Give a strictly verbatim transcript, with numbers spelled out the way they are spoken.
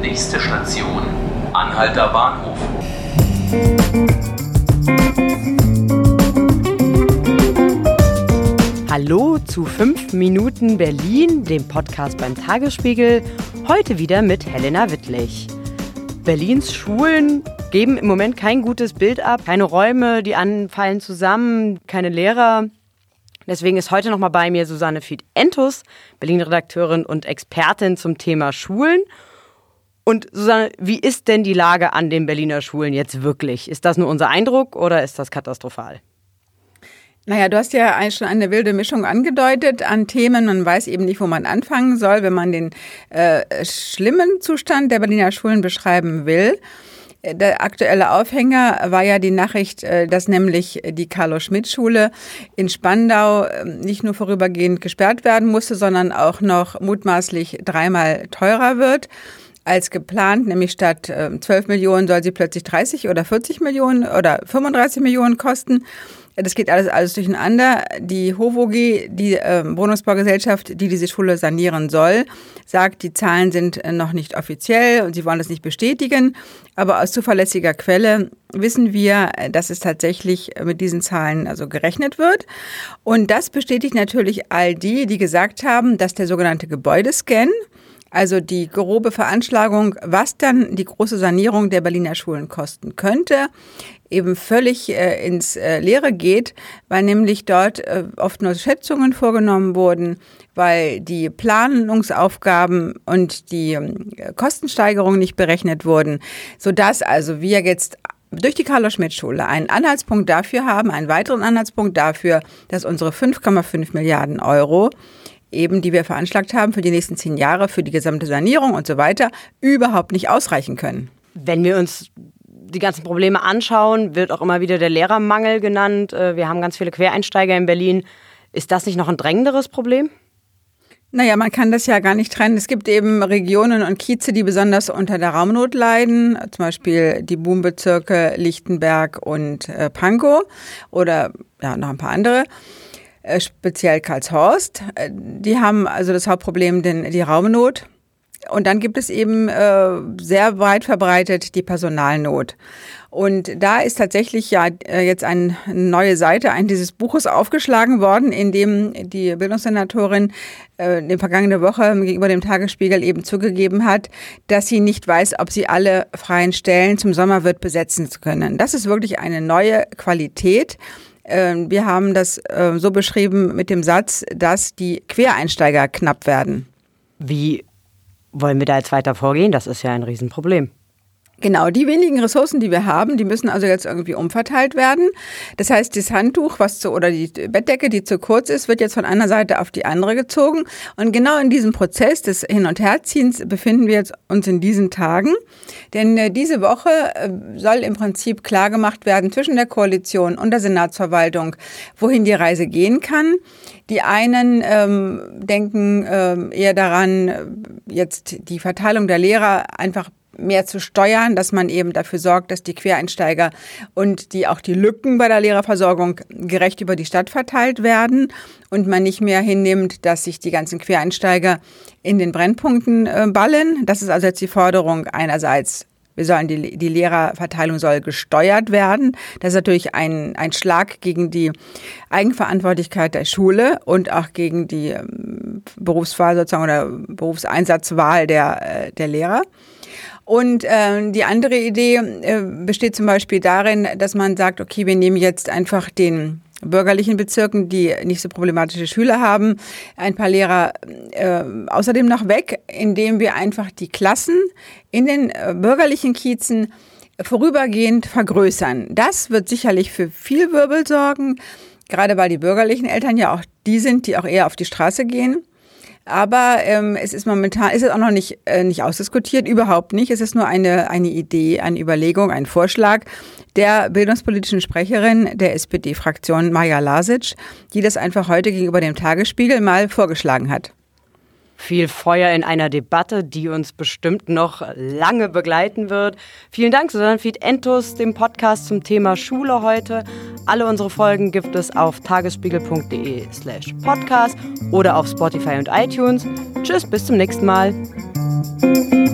Nächste Station, Anhalter Bahnhof. Hallo zu fünf Minuten Berlin, dem Podcast beim Tagesspiegel. Heute wieder mit Helena Wittlich. Berlins Schulen geben im Moment kein gutes Bild ab. Keine Räume, die anfallen zusammen, keine Lehrer. Deswegen ist heute nochmal bei mir Susanne Fied-Entus, Berlin-Redakteurin und Expertin zum Thema Schulen. Und Susanne, wie ist denn die Lage an den Berliner Schulen jetzt wirklich? Ist das nur unser Eindruck oder ist das katastrophal? Naja, du hast ja eigentlich schon eine wilde Mischung angedeutet an Themen. Man weiß eben nicht, wo man anfangen soll, wenn man den äh, schlimmen Zustand der Berliner Schulen beschreiben will. Der aktuelle Aufhänger war ja die Nachricht, dass nämlich die Carlo-Schmidt-Schule in Spandau nicht nur vorübergehend gesperrt werden musste, sondern auch noch mutmaßlich dreimal teurer wird als geplant. Nämlich statt zwölf Millionen soll sie plötzlich dreißig oder vierzig Millionen oder fünfunddreißig Millionen kosten. Das geht alles, alles durcheinander. Die HOVOG, die äh, Wohnungsbaugesellschaft, die diese Schule sanieren soll, sagt, die Zahlen sind noch nicht offiziell und sie wollen das nicht bestätigen. Aber aus zuverlässiger Quelle wissen wir, dass es tatsächlich mit diesen Zahlen also gerechnet wird. Und das bestätigt natürlich all die, die gesagt haben, dass der sogenannte Gebäudescan, also die grobe Veranschlagung, was dann die große Sanierung der Berliner Schulen kosten könnte, eben völlig äh, ins äh, Leere geht, weil nämlich dort äh, oft nur Schätzungen vorgenommen wurden, weil die Planungsaufgaben und die äh, Kostensteigerungen nicht berechnet wurden, sodass also wir jetzt durch die Carlo-Schmidt-Schule einen Anhaltspunkt dafür haben, einen weiteren Anhaltspunkt dafür, dass unsere fünf Komma fünf Milliarden Euro eben, die wir veranschlagt haben für die nächsten zehn Jahre, für die gesamte Sanierung und so weiter, überhaupt nicht ausreichen können. Wenn wir uns die ganzen Probleme anschauen, wird auch immer wieder der Lehrermangel genannt. Wir haben ganz viele Quereinsteiger in Berlin. Ist das nicht noch ein drängenderes Problem? Naja, man kann das ja gar nicht trennen. Es gibt eben Regionen und Kieze, die besonders unter der Raumnot leiden, zum Beispiel die Boom-Bezirke Lichtenberg und äh, Pankow oder ja, noch ein paar andere. Speziell Karlshorst. Die haben also das Hauptproblem, denn die Raumnot. Und dann gibt es eben äh, sehr weit verbreitet die Personalnot. Und da ist tatsächlich ja jetzt eine neue Seite ein dieses Buches aufgeschlagen worden, in dem die Bildungssenatorin äh, in der vergangenen Woche gegenüber dem Tagesspiegel eben zugegeben hat, dass sie nicht weiß, ob sie alle freien Stellen zum Sommerwirt besetzen können. Das ist wirklich eine neue Qualität. Wir haben das so beschrieben mit dem Satz, dass die Quereinsteiger knapp werden. Wie wollen wir da jetzt weiter vorgehen? Das ist ja ein Riesenproblem. Genau, die wenigen Ressourcen, die wir haben, die müssen also jetzt irgendwie umverteilt werden. Das heißt, das Handtuch, was zu, oder die Bettdecke, die zu kurz ist, wird jetzt von einer Seite auf die andere gezogen. Und genau in diesem Prozess des Hin- und Herziehens befinden wir jetzt uns in diesen Tagen. Denn äh, diese Woche äh, soll im Prinzip klargemacht werden zwischen der Koalition und der Senatsverwaltung, wohin die Reise gehen kann. Die einen ähm, denken ähm, eher daran, jetzt die Verteilung der Lehrer einfach mehr zu steuern, dass man eben dafür sorgt, dass die Quereinsteiger und die auch die Lücken bei der Lehrerversorgung gerecht über die Stadt verteilt werden und man nicht mehr hinnimmt, dass sich die ganzen Quereinsteiger in den Brennpunkten äh, ballen. Das ist also jetzt die Forderung einerseits. Wir sollen die, die Lehrerverteilung soll gesteuert werden. Das ist natürlich ein, ein Schlag gegen die Eigenverantwortlichkeit der Schule und auch gegen die ähm, Berufswahl sozusagen oder Berufseinsatzwahl der, äh, der Lehrer. Und äh, die andere Idee äh, besteht zum Beispiel darin, dass man sagt, okay, wir nehmen jetzt einfach den bürgerlichen Bezirken, die nicht so problematische Schüler haben, ein paar Lehrer äh, außerdem noch weg, indem wir einfach die Klassen in den äh, bürgerlichen Kiezen vorübergehend vergrößern. Das wird sicherlich für viel Wirbel sorgen, gerade weil die bürgerlichen Eltern ja auch die sind, die auch eher auf die Straße gehen. Aber ähm, es ist momentan, ist es auch noch nicht äh, nicht ausdiskutiert, überhaupt nicht. Es ist nur eine eine Idee, eine Überlegung, ein Vorschlag der bildungspolitischen Sprecherin der S P D-Fraktion Maja Lasic, die das einfach heute gegenüber dem Tagesspiegel mal vorgeschlagen hat. Viel Feuer in einer Debatte, die uns bestimmt noch lange begleiten wird. Vielen Dank, Susanne Fied-Entus, dem Podcast zum Thema Schule heute. Alle unsere Folgen gibt es auf tagesspiegel.de slash podcast oder auf Spotify und iTunes. Tschüss, bis zum nächsten Mal.